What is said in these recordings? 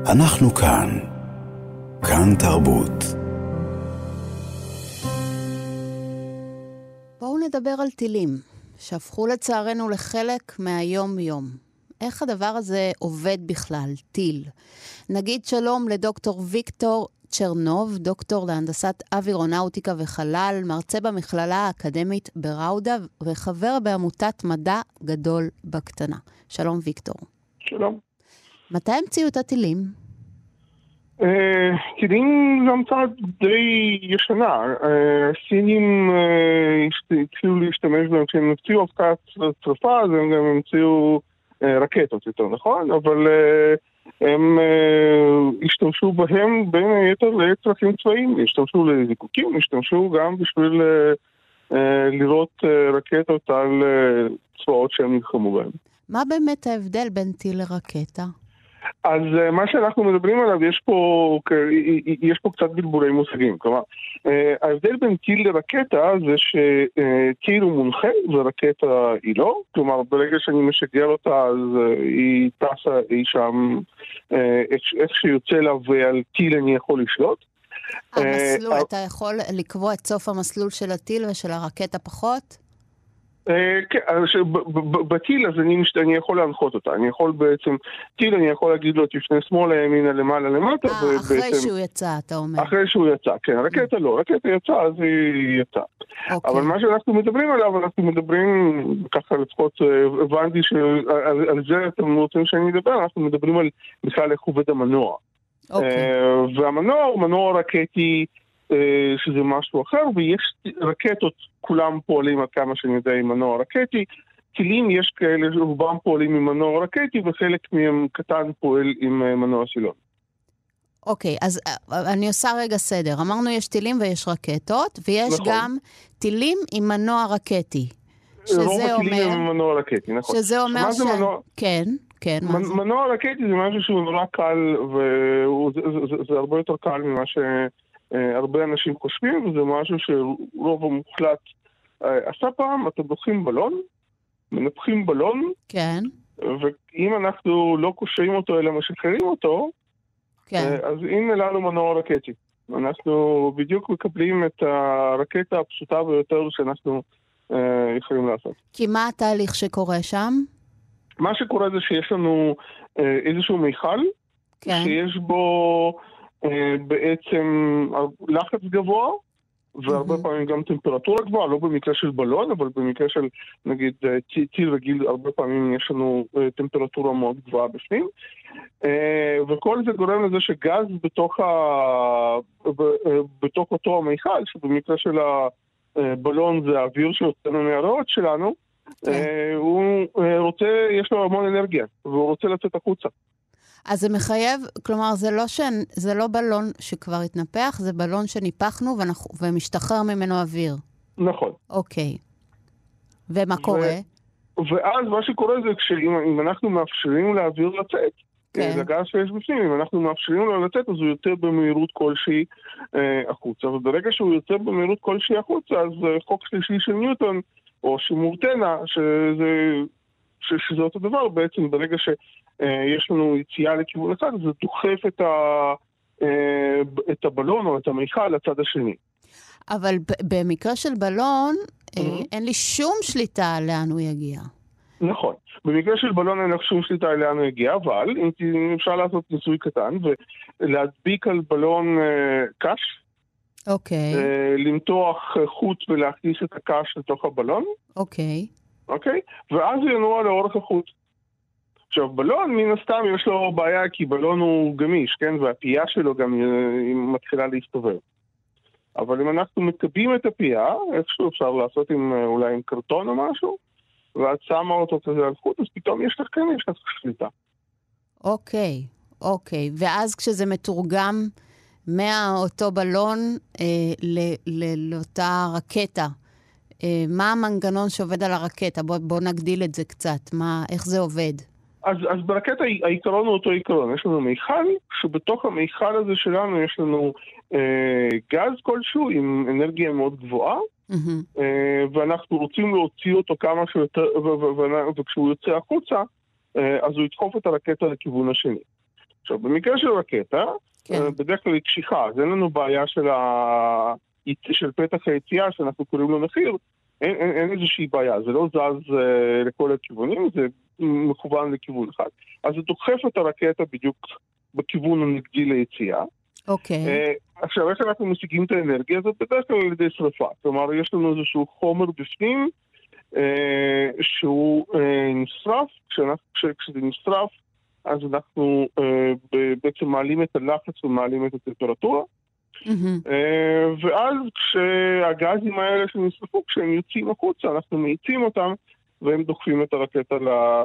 אנחנו כאן. כאן תרבות. בואו נדבר על טילים, שהפכו לצערנו לחלק מהיום-יום. איך הדבר הזה עובד בכלל, טיל? נגיד שלום לדוקטור ויקטור צ'רנוב, דוקטור להנדסת אווירונאוטיקה וחלל, מרצה במכללה האקדמית בראודה וחבר בעמותת מדע גדול בקטנה. שלום ויקטור. שלום. מתי המציאו את הטילים? טילים זה המצאה די ישנה. הסינים התחילו להשתמש בהם כשהם המציאו אבקת שרפה, אז הם גם המציאו רקטות יותר, נכון? אבל הם השתמשו בהם בין היתר לצרכים צבאיים, השתמשו לזיקוקים, השתמשו גם בשביל לראות רקטות על צבאות שהם נלחמו בהם. מה באמת ההבדל בין טיל לרקטה? אז מה שאנחנו מדברים עליו, יש פה קצת בלבולי מושגים. כלומר, ההבדל בין טיל לרקטה זה שטיל הוא מונחה ורקטה היא לא. כלומר, ברגע שאני משגר אותה, אז היא טסה אי שם איך שיוצא לה, ועל טיל אני יכול לשלוט. המסלול, אתה יכול לקבוע את סוף המסלול של הטיל ושל הרקטה פחות? כן, בטיל אז אני יכול להנחות אותה, אני יכול בעצם, טיל אני יכול להגיד לו תפנה שמאלה, ימינה, למעלה, למטה. אחרי שהוא יצא, אתה אומר. אחרי שהוא יצא, כן, רקטה לא, רקטה יצא, אז היא יצאה. אבל מה שאנחנו מדברים עליו, אנחנו מדברים, ככה לפחות הבנתי שעל זה אתם רוצים שאני אדבר, אנחנו מדברים על בכלל איך עובד המנוע. והמנוע הוא מנוע רקטי, שזה משהו אחר, ויש רקטות, כולם פועלים עד כמה שאני יודע עם מנוע רקטי, טילים יש כאלה רובם פועלים עם מנוע רקטי, וחלק מהם קטן פועל עם מנוע סילון. אוקיי, אז אני עושה רגע סדר. אמרנו יש טילים ויש רקטות, ויש נכון. גם טילים עם מנוע רקטי. רוב הטילים עם מנוע רקטי, נכון. שזה אומר כן, כן. מנוע רקטי זה משהו שהוא נורא קל, וזה הרבה יותר קל ממה הרבה אנשים חושבים, וזה משהו שרוב המוחלט עשה פעם. אתם לוקחים בלון, מנפחים בלון, כן. ואם אנחנו לא קושרים אותו אלא משחררים אותו, כן. אז הנה לנו מנוע רקטי. אנחנו בדיוק מקבלים את הרקטה הפשוטה ביותר שאנחנו יכולים לעשות. כי מה התהליך שקורה שם? מה שקורה זה שיש לנו איזשהו מיכל, כן. שיש בו בעצם לחץ גבוה, והרבה פעמים גם טמפרטורה גבוהה, לא במקרה של בלון, אבל במקרה של נגיד טיל רגיל, הרבה פעמים יש לנו טמפרטורה מאוד גבוהה בפנים, וכל זה גורם לזה שגז בתוך אותו המיכל, שבמקרה של הבלון זה האוויר שיוצאנו מהריאות שלנו, הוא רוצה, יש לו המון אנרגיה, והוא רוצה לצאת החוצה. אז זה מחייב, כלומר, זה לא בלון שכבר התנפח, זה בלון שניפחנו ומשתחרר ממנו אוויר. נכון. אוקיי. ומה קורה? ואז מה שקורה זה אם אנחנו מאפשרים לאוויר לצאת, כן. לגז שיש בפנים, אם אנחנו מאפשרים לו לצאת, אז הוא יוצא במהירות כלשהי החוצה. וברגע שהוא יוצא במהירות כלשהי החוצה, אז חוק שלישי של ניוטון, או שימור תנע, שזה אותו דבר, בעצם ברגע שיש לנו יציאה לכיוון אחד, זה דוחף את הבלון או את המיכל לצד השני. אבל במקרה של בלון, אין לי שום שליטה לאן הוא יגיע. נכון. במקרה של בלון אין לך שום שליטה לאן הוא יגיע, אבל אם אפשר לעשות ניסוי קטן, ולהדביק על בלון קש, אוקיי. למתוח חוט ולהכניס את הקש לתוך הבלון. אוקיי. אוקיי? ואז הוא ינוע לאורך החוט. עכשיו, בלון מן הסתם יש לו בעיה, כי בלון הוא גמיש, כן? והפייה שלו גם מתחילה להסתובב. אבל אם אנחנו מקבים את הפייה, איכשהו אפשר לעשות אולי עם קרטון או משהו, ואת שמה אותו כזה על חוט, אז פתאום יש לך שליטה. אוקיי, אוקיי. ואז כשזה מתורגם מאותו בלון לאותה רקטה, מה המנגנון שעובד על הרקטה? בוא נגדיל את זה קצת. איך זה עובד? אז ברקטה העיקרון הוא אותו עיקרון. יש לנו מיכל, שבתוך המיכל הזה שלנו יש לנו גז כלשהו עם אנרגיה מאוד גבוהה, ואנחנו רוצים להוציא אותו כמה שיותר, וכשהוא יוצא החוצה, אז הוא ידחוף את הרקטה לכיוון השני. עכשיו, במקרה של רקטה, בדרך כלל היא קשיחה, אז אין לנו בעיה של פתח היציאה, שאנחנו קוראים לו מחיר, אין איזושהי בעיה, זה לא זז לכל הכיוונים, זה מכוון לכיוון אחד. אז זה דוחף את הרקטה בדיוק בכיוון הנגדי ליציאה. אוקיי. עכשיו, איך אנחנו משיגים את האנרגיה? זה בדרך כלל על ידי שרפה. כלומר, יש לנו איזשהו חומר בפנים, שהוא נשרף, כשזה נשרף, אז אנחנו בעצם מעלים את הלחץ ומעלים את הטמפרטורה, ואז כשהגזים האלה שנשרפו, כשהם יוצאים החוצה, אנחנו מאיצים אותם, והם דוחפים את הרקטה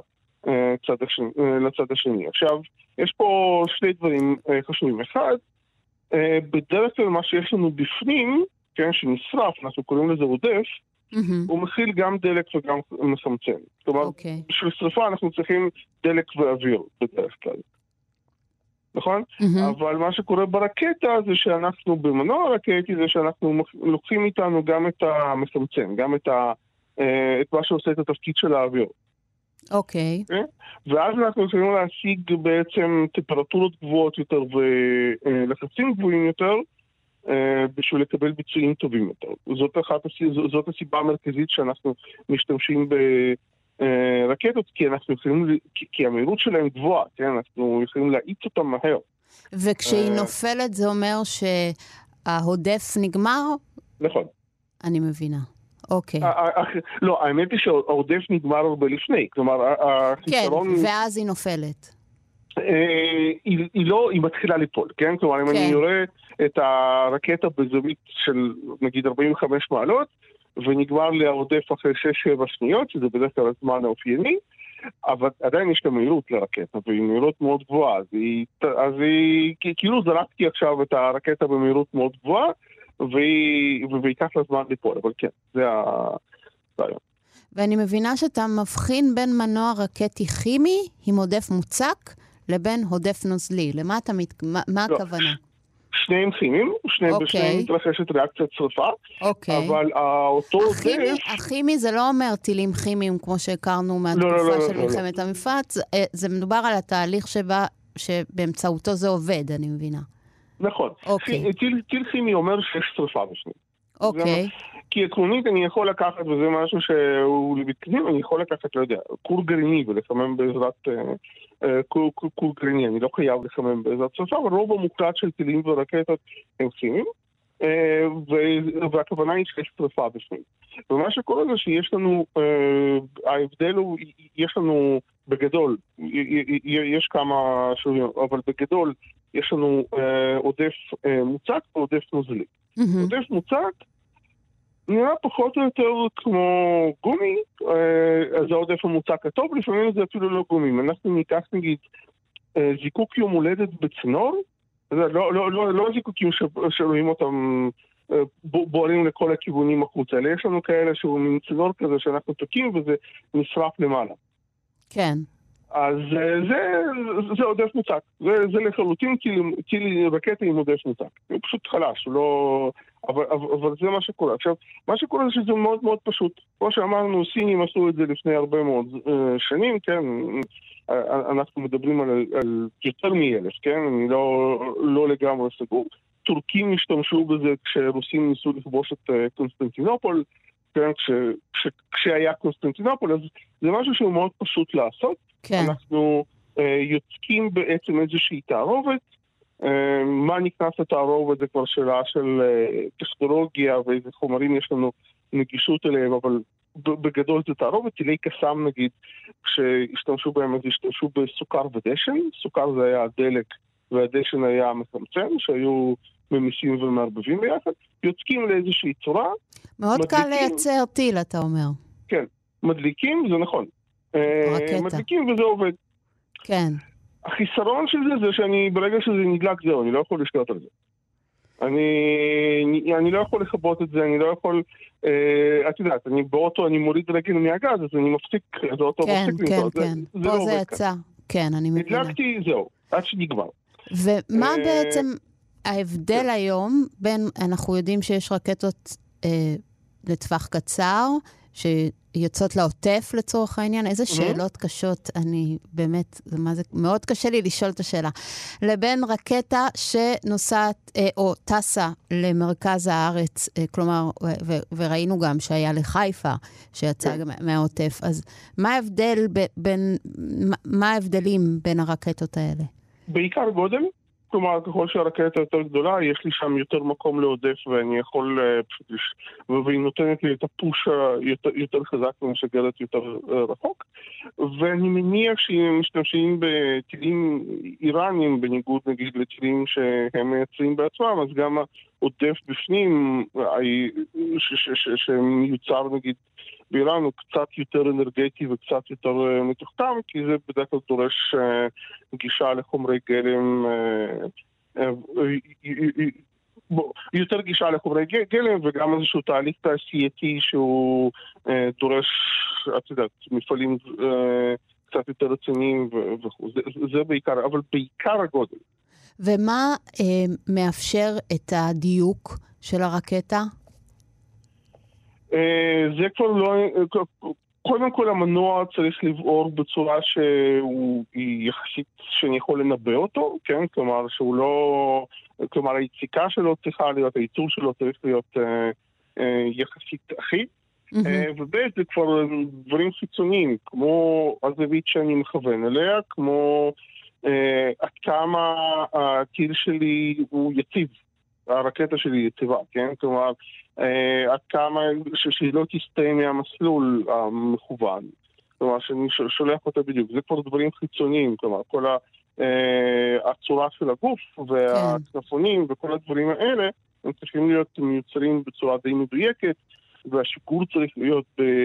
לצד השני. עכשיו, יש פה שני דברים חשובים. אחד, בדרך כלל מה שיש לנו בפנים, כן, שנשרף, אנחנו קוראים לזה עודף, הוא מכיל גם דלק וגם מחמצן. כלומר, בשביל שריפה אנחנו צריכים דלק ואוויר בדרך כלל. נכון? אבל מה שקורה ברקטה זה שאנחנו, במנוע הרקטי, זה שאנחנו לוקחים איתנו גם את המחמצן, גם את מה שעושה את התפקיד של האוויר. אוקיי. ואז אנחנו יכולים להשיג בעצם טמפרטורות גבוהות יותר ולחצים גבוהים יותר, בשביל לקבל ביצועים טובים יותר. זאת הסיבה המרכזית שאנחנו משתמשים ברקטות, כי המהירות שלהם גבוהה, כן? אנחנו יכולים להאיץ אותם מהר. וכשהיא נופלת זה אומר שההודף נגמר? נכון. אני מבינה. אוקיי. לא, האמת היא שהעודף נגמר הרבה לפני. כלומר, החיסרון... כן, ואז היא נופלת. היא מתחילה ליפול, כן? כלומר, אם אני יורה את הרקטה בזווית של נגיד 45 מעלות, ונגמר לי העודף אחרי 6-7 שניות, שזה בדרך כלל הזמן האופייני, אבל עדיין יש לה מהירות לרקטה, והיא מהירות מאוד גבוהה, אז היא כאילו זרקתי עכשיו את הרקטה במהירות מאוד גבוהה, ויקח לה זמן ליפול, אבל כן, זה הרעיון. ואני מבינה שאתה מבחין בין מנוע רקטי כימי, עם עודף מוצק, לבין עודף נוזלי. למה אתה מה הכוונה? שניהם כימיים, בשניהם מתרחשת ריאקציית שריפה, אבל אותו עודף... הכימי זה לא אומר טילים כימיים, כמו שהכרנו מהתקופה של מלחמת המפרץ, זה מדובר על התהליך שבאמצעותו זה עובד, אני מבינה. נכון. טיל כימי אומר שיש שריפה בשניהם. אוקיי. כי עקרונית אני יכול לקחת, וזה משהו שהוא לבקנים, אני יכול לקחת, לא יודע, כור גרעיני ולחמם בעזרת כור גרעיני, אני לא חייב לחמם בעזרת שריפה, אבל רוב המוחלט של טילים ורקטות הם כימיים, והכוונה היא שיש שריפה בפנים. ומה שקורה זה שיש לנו, ההבדל הוא, יש לנו בגדול, יש כמה שונים, אבל בגדול יש לנו עודף מוצק ועודף נוזלי. עודף מוצק נראה פחות או יותר כמו גומי, זה העודף המוצק הטוב, לפעמים זה אפילו לא גומי. אנחנו ניקח נגיד זיקוק יום הולדת בצינור, לא זיקוקים שרואים אותם בוערים לכל הכיוונים החוצה, אלא יש לנו כאלה שהוא מין צינור כזה שאנחנו תוקים וזה נשרף למעלה. כן. אז זה עודף מוצק. זה לחלוטין כאילו רקטה עם עודף מוצק. הוא פשוט חלש, אבל זה מה שקורה. עכשיו, מה שקורה זה שזה מאוד מאוד פשוט. כמו שאמרנו, סינים עשו את זה לפני הרבה מאוד שנים, כן? אנחנו מדברים על יותר מ-1000, כן? אני לא לגמרי סגור. טורקים השתמשו בזה כשרוסים ניסו לכבוש את קונסטנטינופול, כן? כשהיה קונסטנטינופול, אז זה משהו שהוא מאוד פשוט לעשות. כן. אנחנו יוצקים בעצם איזושהי תערובת. מה נכנס לתערובת זה כבר שאלה של טכנולוגיה ואיזה חומרים יש לנו נגישות אליהם, אבל בגדול זה תערובת. טילי קסאם נגיד, כשהשתמשו בהם אז השתמשו בסוכר ודשן. סוכר זה היה הדלק והדשן היה מחמצן, שהיו ממיסים ומערבבים ביחד. יוצקים לאיזושהי צורה. מאוד קל לייצר טיל, אתה אומר. כן, מדליקים, זה נכון. מדליקים וזה עובד. כן. החיסרון של זה שאני ברגע שזה נדלק זהו, אני לא יכול לשלוט על זה. אני לא יכול לכבות את זה, אני לא יכול, את יודעת, אני באוטו, אני מוריד רגל מהגז, אז אני מפסיק, אז האוטו מפסיק לנקוט. כן, כן, פה זה יצא. כן, אני מבינה. נדלקתי, זהו, עד שנגמר. ומה בעצם ההבדל היום בין, אנחנו יודעים שיש רקטות לטווח קצר, שיוצאות לעוטף לצורך העניין? איזה שאלות קשות, אני באמת, זה מאוד קשה לי לשאול את השאלה. לבין רקטה שנוסעת, או טסה למרכז הארץ, כלומר, וראינו גם שהיה לחיפה, שיצא מהעוטף, אז מה ההבדלים בין הרקטות האלה? בעיקר גודל. כלומר, ככל שהרקטה יותר גדולה, יש לי שם יותר מקום לעודף, ואני יכול והיא נותנת לי את הפוש יותר חזק ומשגרת יותר רחוק. ואני מניח שהם משתמשים בטילים איראנים, בניגוד נגיד לטילים שהם מייצרים בעצמם, אז גם העודף בפנים שמיוצר נגיד באיראן הוא קצת יותר אנרגטי וקצת יותר מתוחכם, כי זה בדרך כלל דורש גישה לחומרי גלם, יותר גישה לחומרי גלם, וגם איזשהו תהליך תעשייתי שהוא דורש, את יודעת, מפעלים קצת יותר רציניים וכו'. זה בעיקר, אבל בעיקר הגודל. ומה מאפשר את הדיוק של הרקטה? זה כבר לא... קודם כל המנוע צריך לבעור בצורה שהוא יחסית שאני יכול לנבא אותו, כן? כלומר שהוא לא... כלומר היציקה שלו צריכה להיות, הייצור שלו צריך להיות יחסית אחיד. ובית זה כבר דברים חיצוניים, כמו הזווית שאני מכוון אליה, כמו עד כמה הטיל שלי הוא יציב. הרקטה שלי יציבה, כן? כלומר, עד כמה שהיא לא תסתיים מהמסלול המכוון. כלומר, שאני שולח אותה בדיוק. זה כבר דברים חיצוניים, כלומר, כל הצורה של הגוף והכנפונים וכל הדברים האלה, הם צריכים להיות מיוצרים בצורה די מדויקת, והשיגור צריך להיות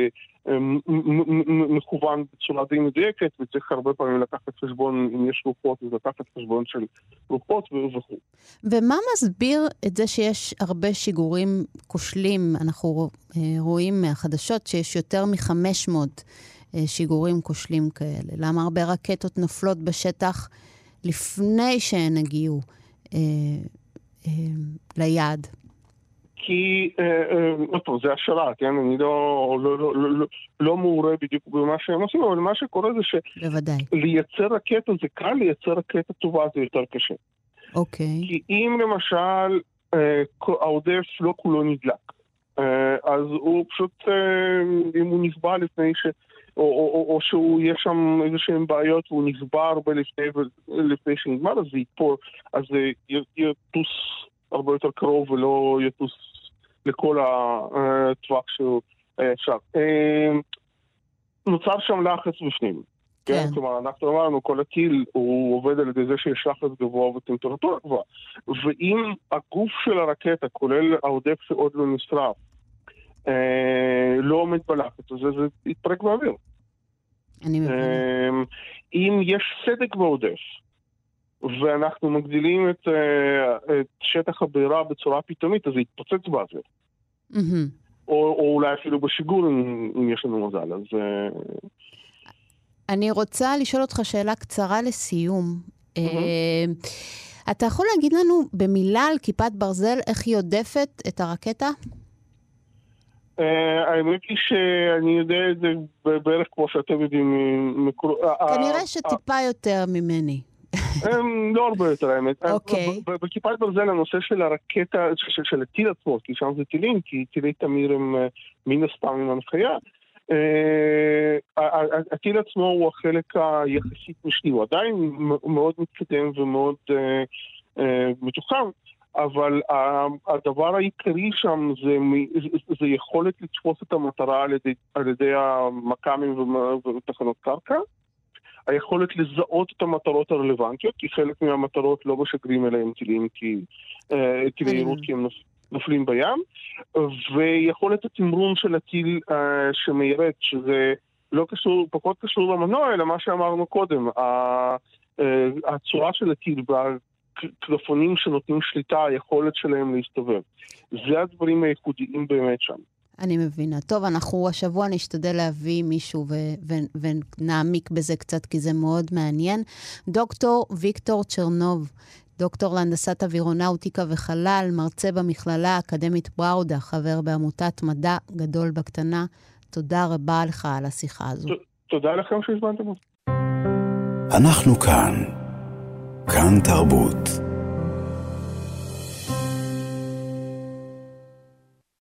מכוון בצורה די מדויקת, וצריך הרבה פעמים לקחת חשבון, אם יש רוחות, אז לקחת חשבון של רוחות וכו'. ומה מסביר את זה שיש הרבה שיגורים כושלים? אנחנו רואים מהחדשות שיש יותר מ-500 שיגורים כושלים כאלה. למה הרבה רקטות נופלות בשטח לפני שהן הגיעו ליעד? כי, זה השערה, כן? אני לא מעורה בדיוק במה שהם עושים, אבל מה שקורה זה שלייצר רקטה זה קל, לייצר רקטה טובה זה יותר קשה. אוקיי. כי אם למשל העודף לא כולו נדלק, אז הוא פשוט, אם הוא נשבע לפני או שהוא יש שם איזשהם בעיות והוא נשבע הרבה לפני שנגמר, אז זה ייפול, אז זה יטוס הרבה יותר קרוב ולא יטוס לכל הטווח שהוא אפשר. נוצר שם לחץ בפנים. כן. כלומר, אנחנו אמרנו, כל הטיל הוא עובד על ידי זה שיש לחץ גבוה וטמפרטורה גבוהה. ואם הגוף של הרקטה, כולל העודף שעוד לא נשרף, לא עומד בלחץ, אז זה יתפרק באוויר. אני מבין. אם יש סדק בעודף, ואנחנו מגדילים את שטח הבעירה בצורה פתאומית, אז זה יתפוצץ באוויר. או אולי אפילו בשיגור, אם יש לנו מזל. אז... אני רוצה לשאול אותך שאלה קצרה לסיום. אתה יכול להגיד לנו במילה על כיפת ברזל, איך היא עודפת את הרקטה? האמת היא שאני יודע את זה בערך כמו שאתם יודעים. כנראה שטיפה יותר ממני. לא הרבה יותר האמת. אוקיי. בכיפת ברזל הנושא של הרקטה, של הטיל עצמו, כי שם זה טילים, כי טילי תמיר הם מן הסתם עם הנחיה. הטיל עצמו הוא החלק היחסית משני, הוא עדיין מאוד מתקדם ומאוד מתוחכם, אבל הדבר העיקרי שם זה יכולת לתפוס את המטרה על ידי המקמים ותחנות קרקע, היכולת לזהות את המטרות הרלוונטיות, כי חלק מהמטרות לא משגרים אליהם טילים, כי טילי יירוט כי הם נופלים בים, ויכולת התמרון של הטיל שמיירט, שזה לא קשור, פחות קשור למנוע, אלא מה שאמרנו קודם, הצורה של הטיל והקלפונים שנותנים שליטה, היכולת שלהם להסתובב. זה הדברים הייחודיים באמת שם. אני מבינה. טוב, אנחנו השבוע נשתדל להביא מישהו ונעמיק בזה קצת, כי זה מאוד מעניין. דוקטור ויקטור צ'רנוב, דוקטור להנדסת אווירונאוטיקה וחלל, מרצה במכללה האקדמית בראודה, חבר בעמותת מדע גדול בקטנה. תודה רבה לך על השיחה הזו. תודה לכם שהזמנתם אותי. אנחנו כאן תרבות.